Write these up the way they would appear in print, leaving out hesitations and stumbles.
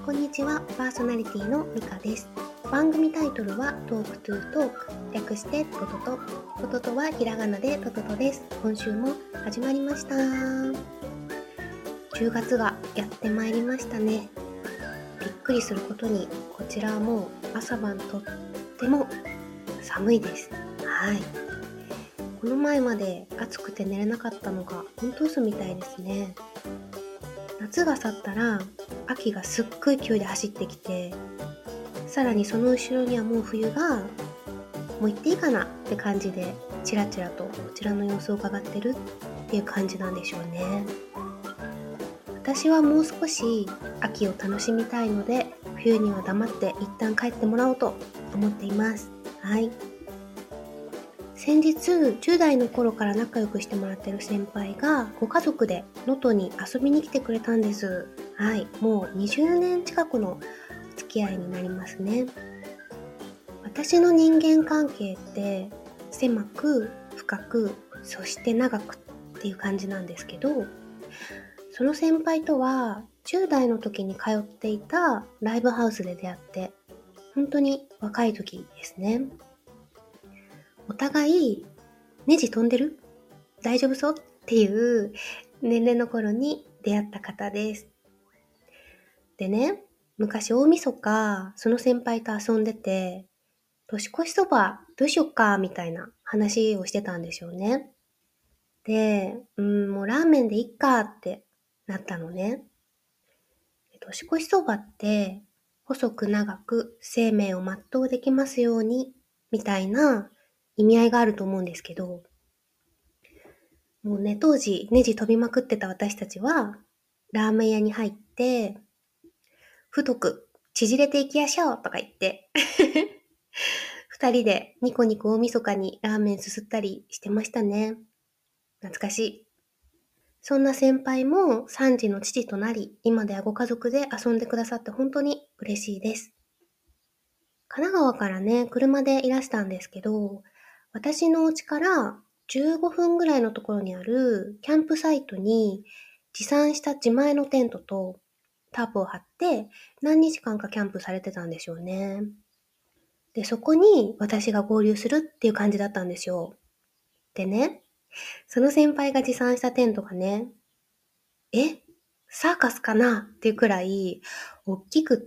こんにちは、パーソナリティのミカです。番組タイトルはトークトゥートーク、略してトトト。トトトはひらがなでトトトです。今週も始まりました。10月がやってまいりましたね。びっくりすることに、こちらはもう朝晩とっても寒いです。はい。この前まで暑くて寝れなかったのが本当嘘みたいですね。夏が去ったら秋がすっごい勢いで走ってきて、さらにその後ろにはもう冬がもう行っていいかなって感じでチラチラとこちらの様子を伺ってるっていう感じなんでしょうね。私はもう少し秋を楽しみたいので、冬には黙って一旦帰ってもらおうと思っています。はい。先日10代の頃から仲良くしてもらってる先輩がご家族で能登に遊びに来てくれたんです。はい。もう20年近くのお付き合いになりますね。私の人間関係って狭く深くそして長くっていう感じなんですけど、その先輩とは10代の時に通っていたライブハウスで出会って、本当に若い時ですね。お互いネジ飛んでる？大丈夫そう？っていう年齢の頃に出会った方です。でね、昔大晦日その先輩と遊んでて、年越しそばどうしよっかみたいな話をしてたんでしょうね。で、もうラーメンでいっかってなったのね。年越しそばって細く長く生命を全うできますようにみたいな意味合いがあると思うんですけど、もうね、当時ネジ飛びまくってた私たちはラーメン屋に入って太く縮れていきやしょうとか言って二人でニコニコ大晦日にラーメンすすったりしてましたね。懐かしい。そんな先輩も3児の父となり、今ではご家族で遊んでくださって本当に嬉しいです。神奈川からね、車でいらしたんですけど、私のお家から15分ぐらいのところにあるキャンプサイトに持参した自前のテントとタープを張って何日間かキャンプされてたんでしょうね。で、そこに私が合流するっていう感じだったんですよ。でね、その先輩が持参したテントがね、え、サーカスかなっていうくらい大きくって、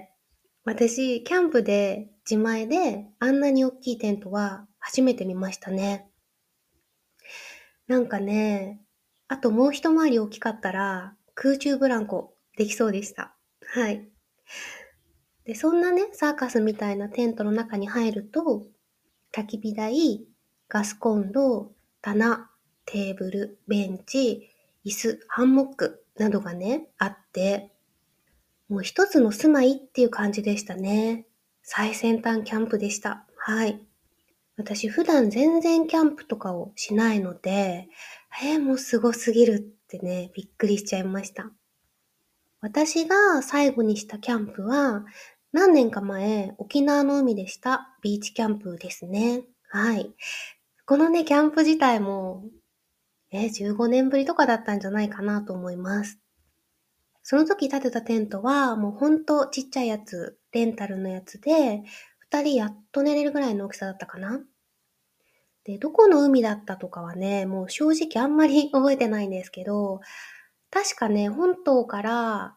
私、キャンプで自前であんなに大きいテントは初めて見ましたね。なんかね、あともう一回り大きかったら空中ブランコできそうでした。はい。で、そんなね、サーカスみたいなテントの中に入ると、焚き火台、ガスコンロ、棚、テーブル、ベンチ、椅子、ハンモックなどがね、あって、もう一つの住まいっていう感じでしたね。最先端キャンプでした。はい。私普段全然キャンプとかをしないので、もうすごすぎるってね、びっくりしちゃいました。私が最後にしたキャンプは、何年か前、沖縄の海でしたビーチキャンプですね。はい。このね、キャンプ自体も、15年ぶりとかだったんじゃないかなと思います。その時建てたテントは、もうほんとちっちゃいやつ、レンタルのやつで、二人やっと寝れるぐらいの大きさだったかな。で、どこの海だったとかはね、もう正直あんまり覚えてないんですけど、確かね、本島から、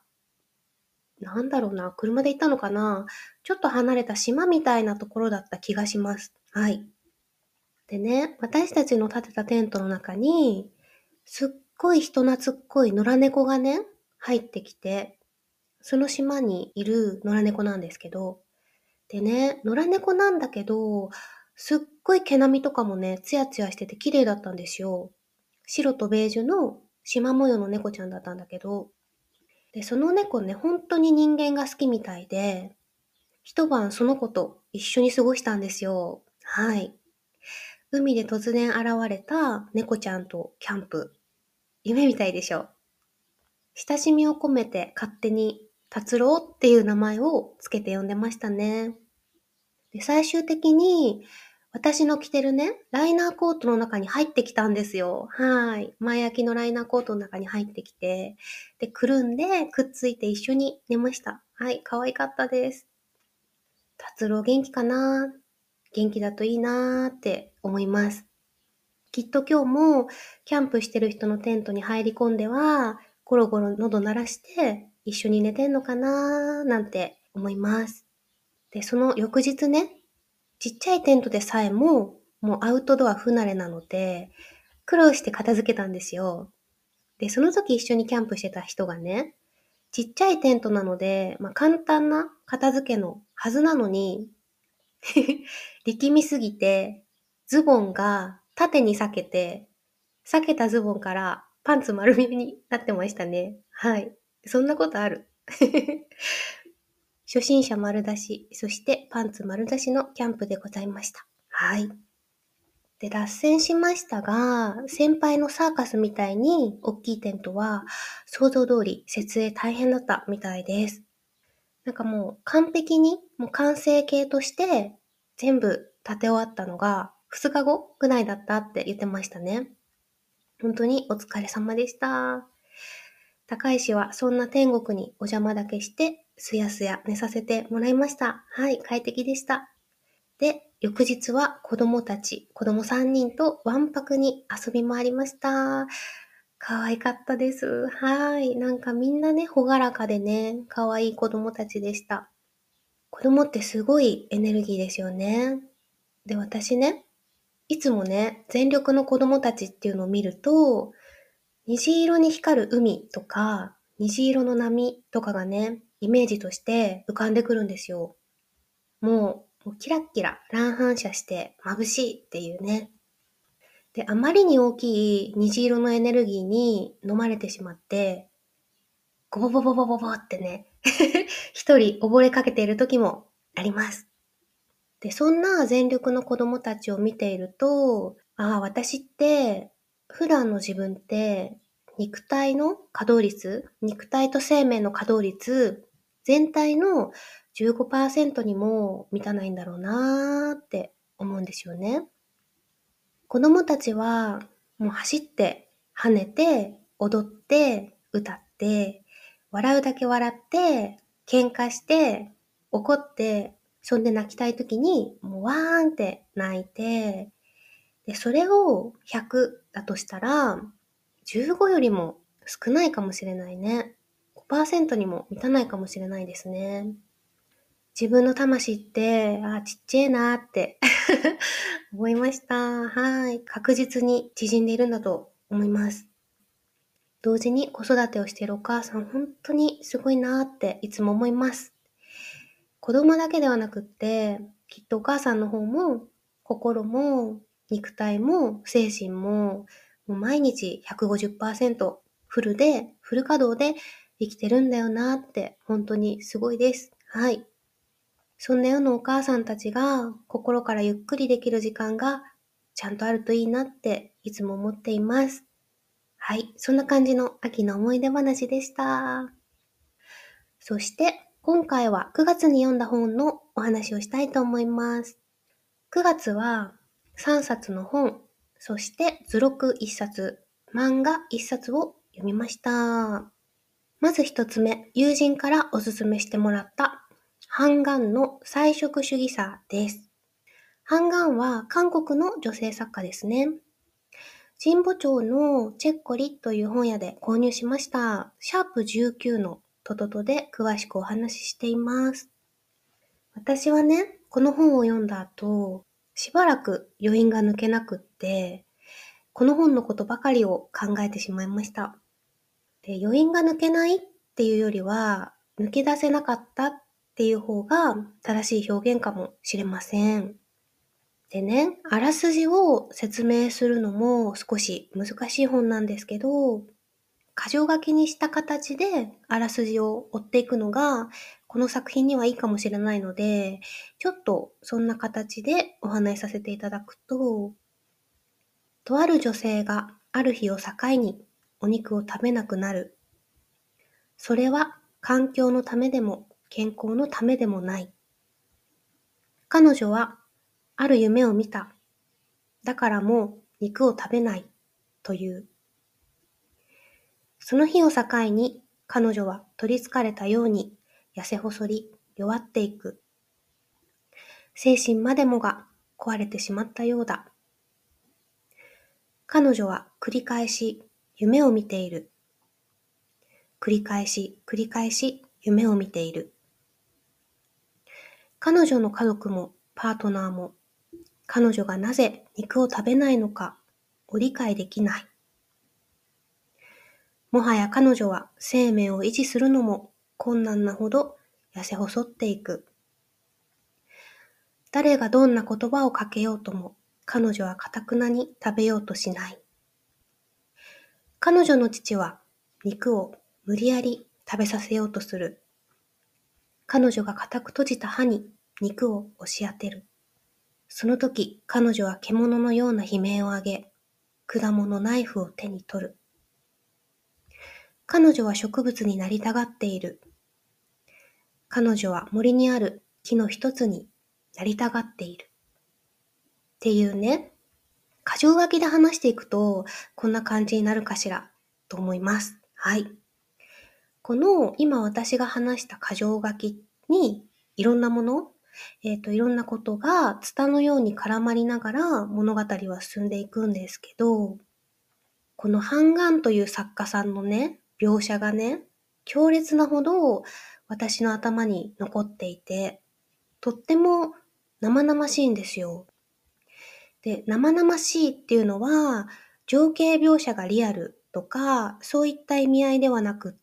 なんだろうな、車で行ったのかな、ちょっと離れた島みたいなところだった気がします。はい。でね、私たちの建てたテントの中に、すっごい人懐っこい野良猫がね、入ってきて、その島にいる野良猫なんですけど、でね、野良猫なんだけど、すっごい毛並みとかもね、ツヤツヤしてて綺麗だったんですよ。白とベージュの縞模様の猫ちゃんだったんだけど、で、その猫ね、本当に人間が好きみたいで、一晩その子と一緒に過ごしたんですよ。はい。海で突然現れた猫ちゃんとキャンプ。夢みたいでしょ。親しみを込めて勝手に達郎っていう名前をつけて呼んでましたね。で、最終的に私の着てるね、ライナーコートの中に入ってきたんですよ。はい。前焼きのライナーコートの中に入ってきて、で、くるんでくっついて一緒に寝ました。はい、可愛かったです。達郎元気かな？元気だといいなーって思います。きっと今日もキャンプしてる人のテントに入り込んでは、ゴロゴロ喉鳴らして一緒に寝てんのかなーなんて思います。で、その翌日ね、ちっちゃいテントでさえも、もうアウトドア不慣れなので、苦労して片付けたんですよ。で、その時一緒にキャンプしてた人がね、ちっちゃいテントなので、簡単な片付けのはずなのに、力みすぎて、ズボンが縦に裂けて、裂けたズボンからパンツ丸見えになってましたね。はい。そんなことある。初心者丸出し、そしてパンツ丸出しのキャンプでございました。はい。で、脱線しましたが、先輩のサーカスみたいに大きいテントは想像通り設営大変だったみたいです。なんかもう完璧に、もう完成形として全部立て終わったのが2日後ぐらいだったって言ってましたね。本当にお疲れ様でした。高石はそんな天国にお邪魔だけして、すやすや寝させてもらいました。はい、快適でした。で、翌日は子供3人とわんぱくに遊び回りました。可愛かったです。はい。なんかみんなね、ほがらかでね、可愛い子供たちでした。子供ってすごいエネルギーですよね。で、私ね、いつもね、全力の子供たちっていうのを見ると、虹色に光る海とか、虹色の波とかがね、イメージとして浮かんでくるんですよ。もうキラッキラ、乱反射して眩しいっていうね。で、あまりに大きい虹色のエネルギーに飲まれてしまって、ゴボボボボボボってね、一人溺れかけている時もあります。で、そんな全力の子供たちを見ていると、ああ、私って、普段の自分って、肉体の稼働率、肉体と生命の稼働率、全体の15%にも満たないんだろうなーって思うんですよね。子供たちは、もう走って、跳ねて、踊って、歌って、笑うだけ笑って、喧嘩して、怒って、そんで泣きたい時に、もうわーんって泣いて、で、それを100だとしたら、15よりも少ないかもしれないね。5%にも満たないかもしれないですね。自分の魂って、ちっちゃいなーって思いました。はい。確実に縮んでいるんだと思います。同時に子育てをしているお母さん、本当にすごいなーっていつも思います。子供だけではなくって、きっとお母さんの方も、心も、肉体も、精神も、もう毎日150%フルで、フル稼働で生きてるんだよなーって、本当にすごいです。はい。そんな世のお母さんたちが心からゆっくりできる時間がちゃんとあるといいなっていつも思っています。はい。そんな感じの秋の思い出話でした。そして今回は9月に読んだ本のお話をしたいと思います。9月は3冊の本、そして図録1冊、漫画1冊を読みました。まず一つ目、友人からおすすめしてもらったハンガンの菜食主義者です。ハンガンは韓国の女性作家ですね。神保町のチェッコリという本屋で購入しました。シャープ19のトトトで詳しくお話ししています。私はね、この本を読んだ後、しばらく余韻が抜けなくって、この本のことばかりを考えてしまいました。で、余韻が抜けないっていうよりは、抜け出せなかったっていう方が正しい表現かもしれません。でね、あらすじを説明するのも少し難しい本なんですけど、箇条書きにした形であらすじを追っていくのが、この作品にはいいかもしれないので、ちょっとそんな形でお話しさせていただくと、とある女性がある日を境にお肉を食べなくなる。それは環境のためでも健康のためでもない。彼女はある夢を見た。だからもう肉を食べないという。その日を境に彼女は取り憑かれたように痩せ細り弱っていく。精神までもが壊れてしまったようだ。彼女は繰り返し夢を見ている。繰り返し夢を見ている。彼女の家族もパートナーも彼女がなぜ肉を食べないのかを理解できない。もはや彼女は生命を維持するのも困難なほど痩せ細っていく。誰がどんな言葉をかけようとも彼女は頑なに食べようとしない。彼女の父は肉を無理やり食べさせようとする。彼女が固く閉じた歯に肉を押し当てる。その時彼女は獣のような悲鳴を上げ、果物ナイフを手に取る。彼女は植物になりたがっている。彼女は森にある木の一つになりたがっている。っていうね、箇条書きで話していくとこんな感じになるかしらと思います。はい。この今私が話した箇条書きにいろんなもの、いろんなことがツタのように絡まりながら物語は進んでいくんですけど、このハン・ガンという作家さんのね、描写がね、強烈なほど私の頭に残っていて、とっても生々しいんですよ。で、生々しいっていうのは、情景描写がリアルとか、そういった意味合いではなくって、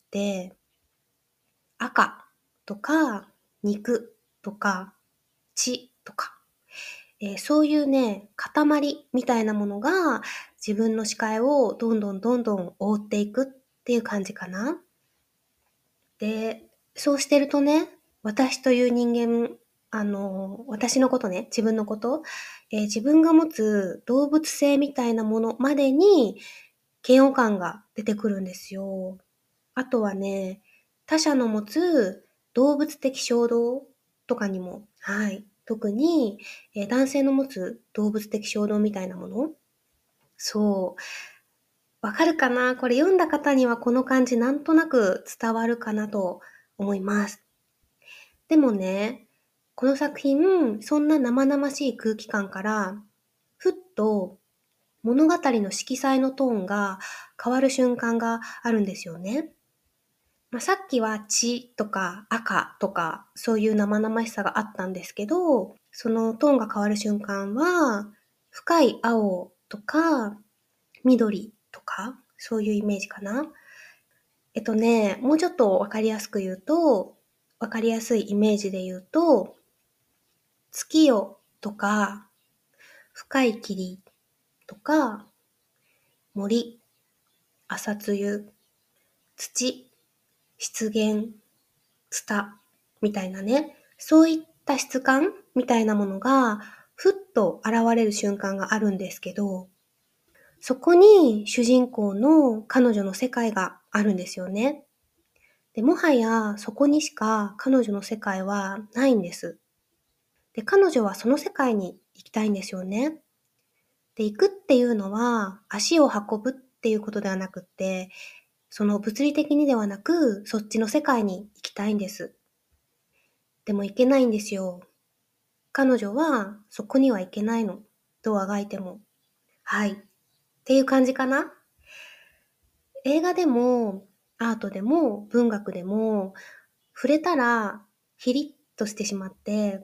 赤とか肉とか血とか、そういうね、塊みたいなものが自分の視界をどんどん覆っていくっていう感じかな。で、そうしてるとね、私という人間、私のことね、自分のこと、自分が持つ動物性みたいなものまでに嫌悪感が出てくるんですよ。あとはね、他者の持つ動物的衝動とかにも、はい、特に、男性の持つ動物的衝動みたいなもの、そう、わかるかな？これ読んだ方にはこの感じなんとなく伝わるかなと思います。でもね、この作品、そんな生々しい空気感から、ふっと物語の色彩のトーンが変わる瞬間があるんですよね。さっきは血とか赤とかそういう生々しさがあったんですけど、そのトーンが変わる瞬間は、深い青とか緑とか、そういうイメージかな。もうちょっとわかりやすく言うと、わかりやすいイメージで言うと、月夜とか、深い霧とか、森、朝露、土、湿原、ツタみたいなね、そういった質感みたいなものが、ふっと現れる瞬間があるんですけど、そこに主人公の彼女の世界があるんですよね。で、もはやそこにしか彼女の世界はないんです。で、彼女はその世界に行きたいんですよね。で、行くっていうのは足を運ぶっていうことではなくって、その物理的にではなく、そっちの世界に行きたいんです。でも行けないんですよ。彼女はそこには行けないの。どうあがいても。はい。っていう感じかな。映画でも、アートでも、文学でも、触れたら、ヒリッとしてしまって、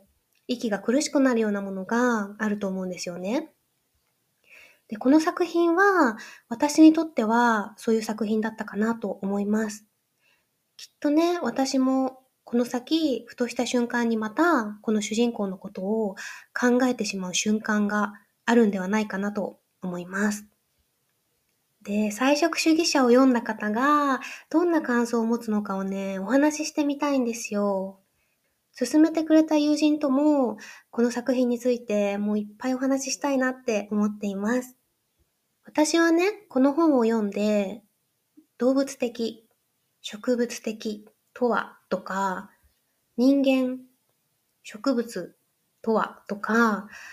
息が苦しくなるようなものがあると思うんですよね。で、この作品は、私にとっては、そういう作品だったかなと思います。きっとね、私も、この先、ふとした瞬間にまた、この主人公のことを考えてしまう瞬間があるんではないかなと思います。で、菜食主義者を読んだ方が、どんな感想を持つのかをね、お話ししてみたいんですよ。勧めてくれた友人とも、この作品についてもういっぱいお話ししたいなって思っています。私はね、この本を読んで、動物的、植物的とはとか、人間、植物とはとか、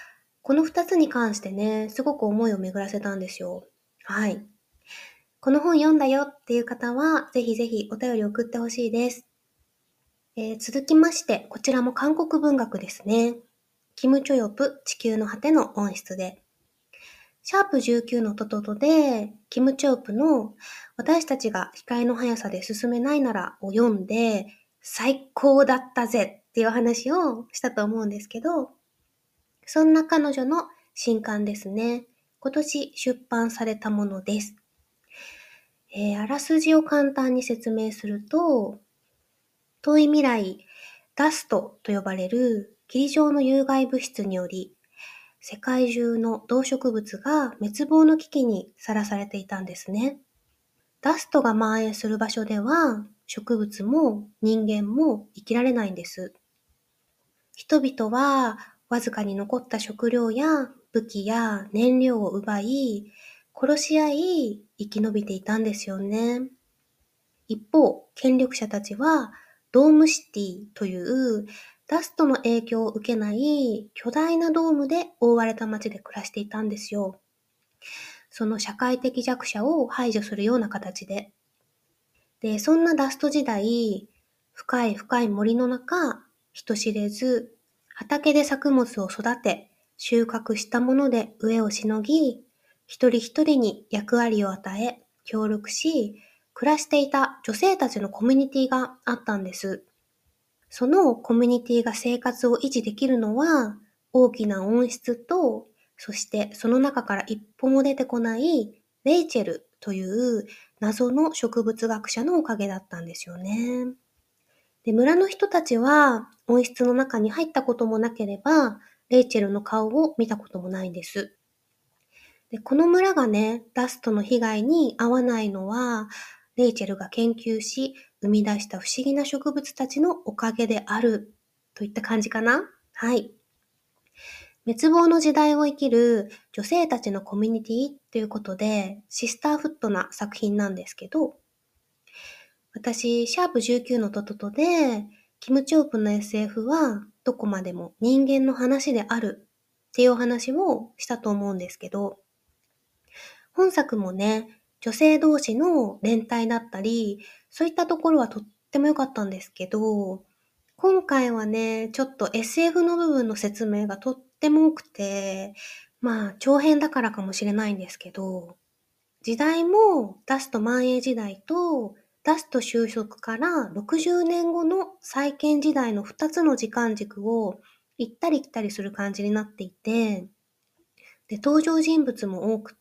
この2つに関してね、すごく思いを巡らせたんですよ。はい。この本読んだよっていう方は、ぜひぜひお便り送ってほしいです。続きまして、こちらも韓国文学ですね。キム・チョヨプ、地球の果ての温室で。シャープ19のトトトで、キム・チョヨプの私たちが光の速さで進めないならを読んで、最高だったぜっていう話をしたと思うんですけど、そんな彼女の新刊ですね。今年出版されたものです。あらすじを簡単に説明すると、遠い未来、ダストと呼ばれる霧状の有害物質により、世界中の動植物が滅亡の危機にさらされていたんですね。ダストが蔓延する場所では、植物も人間も生きられないんです。人々はわずかに残った食料や武器や燃料を奪い、殺し合い生き延びていたんですよね。一方、権力者たちはドームシティというダストの影響を受けない巨大なドームで覆われた街で暮らしていたんですよ。その社会的弱者を排除するような形で。で、そんなダスト時代、深い深い森の中、人知れず、畑で作物を育て、収穫したもので飢えをしのぎ、一人一人に役割を与え、協力し、暮らしていた女性たちのコミュニティがあったんです。そのコミュニティが生活を維持できるのは、大きな温室と、そしてその中から一歩も出てこないレイチェルという謎の植物学者のおかげだったんですよね。で、村の人たちは温室の中に入ったこともなければ、レイチェルの顔を見たこともないんです。で、この村がね、ダストの被害に遭わないのは、レイチェルが研究し、生み出した不思議な植物たちのおかげである、といった感じかな。はい。滅亡の時代を生きる女性たちのコミュニティということで、シスターフットな作品なんですけど、私、シャープ19のトトトで、キム・チョープの SF はどこまでも人間の話であるっていうお話をしたと思うんですけど、本作もね、女性同士の連帯だったり、そういったところはとっても良かったんですけど、今回はね、ちょっと SF の部分の説明がとっても多くて、まあ、長編だからかもしれないんですけど、時代もダスト繁栄時代と、ダスト収束から60年後の再建時代の2つの時間軸を行ったり来たりする感じになっていて、で、登場人物も多くって、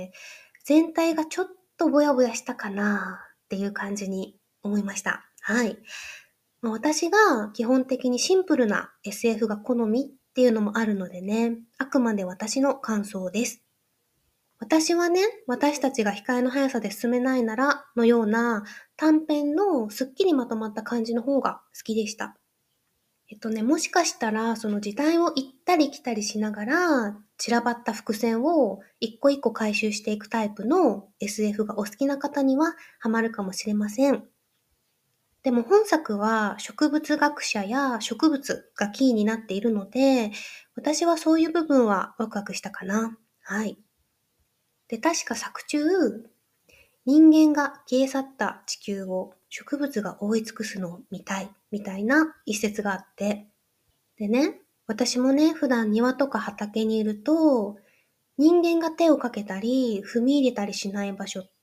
全体がちょっとぼやぼやしたかなっていう感じに思いました。はい。私が基本的にシンプルな SF が好みっていうのもあるのでね、あくまで私の感想です。私はね、私たちが光の速さで進めないならのような短編のすっきりまとまった感じの方が好きでした。もしかしたら、その時代を行ったり来たりしながら、散らばった伏線を一個一個回収していくタイプの SF がお好きな方にはハマるかもしれません。でも本作は植物学者や植物がキーになっているので、私はそういう部分はワクワクしたかな。はい。で、確か作中、人間が消え去った地球を植物が覆い尽くすのを見たいみたいな一節があって、でね、私もね、普段庭とか畑にいると、人間が手をかけたり、踏み入れたりしない場所って、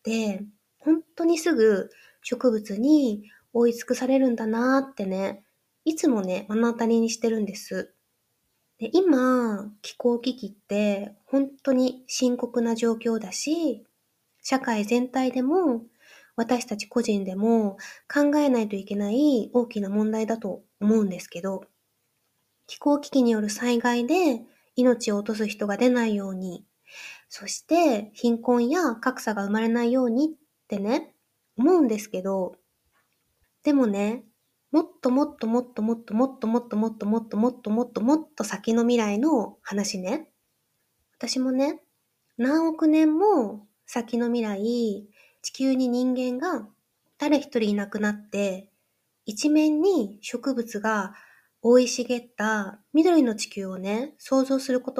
本当にすぐ植物に覆い尽くされるんだなーってね、いつもね、目の当たりにしてるんです。で、今、気候危機って本当に深刻な状況だし、社会全体でも、私たち個人でも考えないといけない大きな問題だと思うんですけど、気候危機による災害で命を落とす人が出ないように、そして貧困や格差が生まれないようにってね、思うんですけど、でもね、もっともっともっともっともっともっともっともっともっともっともっと先の未来の話ね。私もね、何億年も先の未来、地球に人間が誰一人いなくなって、一面に植物が生い茂った緑の地球をね、想像することが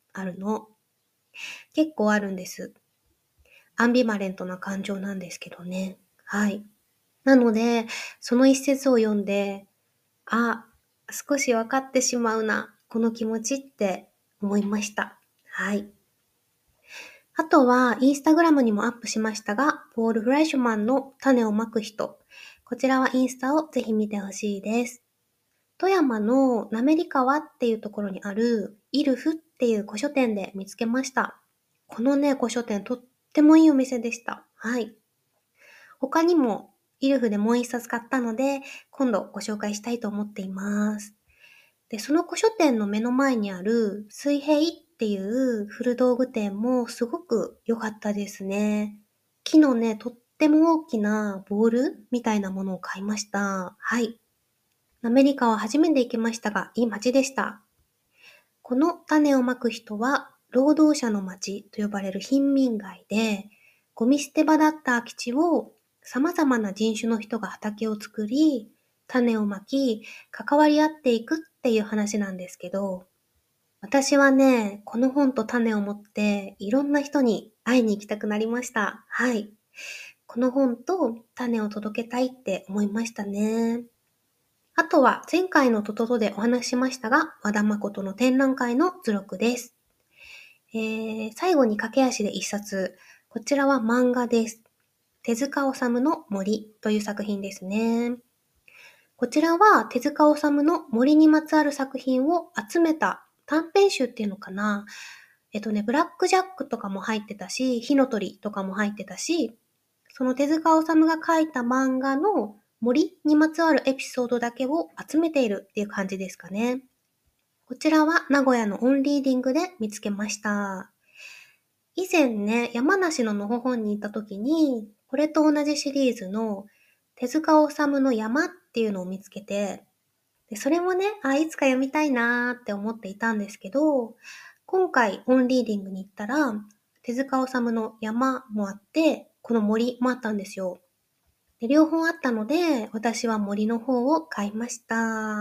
あるの。結構あるんです。アンビバレントな感情なんですけどね。はい。なので、その一節を読んで、あ、少し分かってしまうな、この気持ちって思いました。はい。あとは、インスタグラムにもアップしましたが、ポール・フライシュマンの種をまく人。こちらはインスタをぜひ見てほしいです。富山の滑川っていうところにあるイルフっていう古書店で見つけました。このね、古書店とってもいいお店でした。はい。他にもイルフでもう一冊買ったので、今度ご紹介したいと思っています。で、その古書店の目の前にある水平っていう古道具店もすごく良かったですね。木のね、とっても大きなボールみたいなものを買いました。はい。アメリカは初めて行きましたが、いい街でした。この種をまく人は、労働者の街と呼ばれる貧民街で、ゴミ捨て場だった空き地を様々な人種の人が畑を作り、種をまき、関わり合っていくっていう話なんですけど、私はね、この本と種を持っていろんな人に会いに行きたくなりました。はい。この本と種を届けたいって思いましたね。あとは前回のトトトでお話ししましたが、和田誠の展覧会の図録です。最後に駆け足で一冊。こちらは漫画です。手塚治虫の森という作品ですね。こちらは手塚治虫の森にまつわる作品を集めた短編集っていうのかな。ブラックジャックとかも入ってたし、火の鳥とかも入ってたし、その手塚治虫が書いた漫画の森にまつわるエピソードだけを集めているっていう感じですかね。こちらは名古屋のオンリーディングで見つけました。以前ね、山梨ののほほんに行った時に、これと同じシリーズの手塚治虫の山っていうのを見つけて、でそれもね、いつか読みたいなーって思っていたんですけど、今回オンリーディングに行ったら、手塚治虫の山もあって、この森もあったんですよ。で両方あったので、私は森の方を買いました。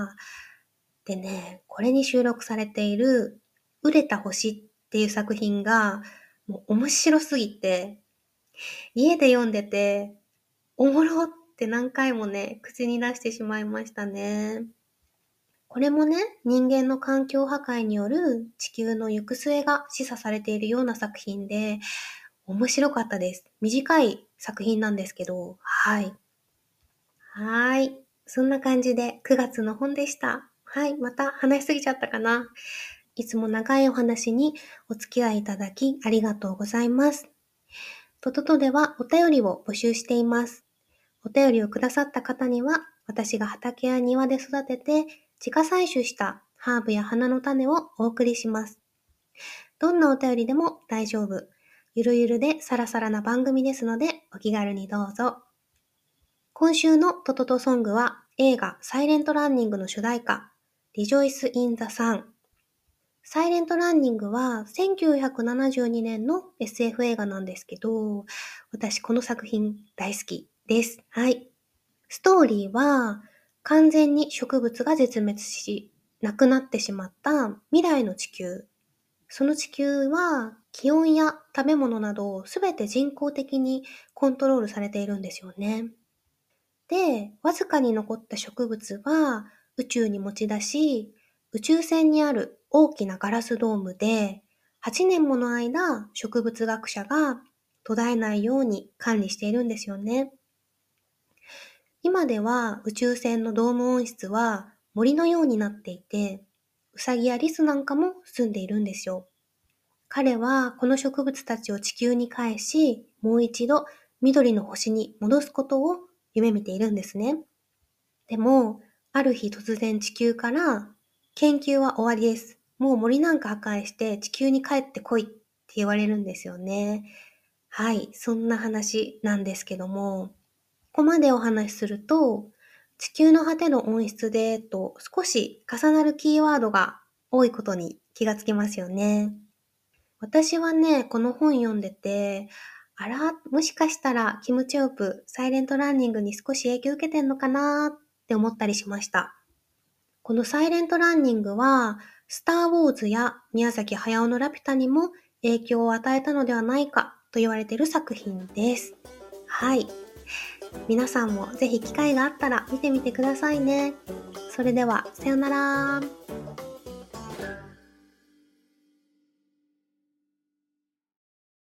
でね、これに収録されている、熟れた星っていう作品が、もう面白すぎて、家で読んでて、おもろって何回もね、口に出してしまいましたね。これもね、人間の環境破壊による地球の行く末が示唆されているような作品で、面白かったです。短い作品なんですけど、はい。はい。そんな感じで9月の本でした。はい。また話しすぎちゃったかな。いつも長いお話にお付き合いいただきありがとうございます。トトトではお便りを募集しています。お便りをくださった方には、私が畑や庭で育てて自家採取したハーブや花の種をお送りします。どんなお便りでも大丈夫。ゆるゆるでサラサラな番組ですので、お気軽にどうぞ。今週のトトトソングは映画サイレントランニングの主題歌、Rejoice in the Sun。サイレントランニングは1972年の SF 映画なんですけど、私この作品大好きです。はい。ストーリーは完全に植物が絶滅し、なくなってしまった未来の地球。その地球は気温や食べ物などすべて人工的にコントロールされているんですよね。で、わずかに残った植物は宇宙に持ち出し、宇宙船にある大きなガラスドームで8年もの間植物学者が途絶えないように管理しているんですよね。今では宇宙船のドーム温室は森のようになっていて、ウサギやリスなんかも住んでいるんですよ。彼はこの植物たちを地球に返し、もう一度緑の星に戻すことを夢見ているんですね。でも、ある日突然地球から研究は終わりです。もう森なんか破壊して地球に帰ってこいって言われるんですよね。はい、そんな話なんですけども、ここまでお話しすると、地球の果ての温室でと少し重なるキーワードが多いことに気がつきますよね。私はね、この本読んでて、もしかしたらキム・チョープ、サイレントランニングに少し影響受けてんのかなって思ったりしました。このサイレントランニングは、 スター・ウォーズや宮崎駿のラピュタにも影響を与えたのではないかと言われている作品です。はい。皆さんもぜひ機会があったら見てみてくださいね。それでは、さよなら。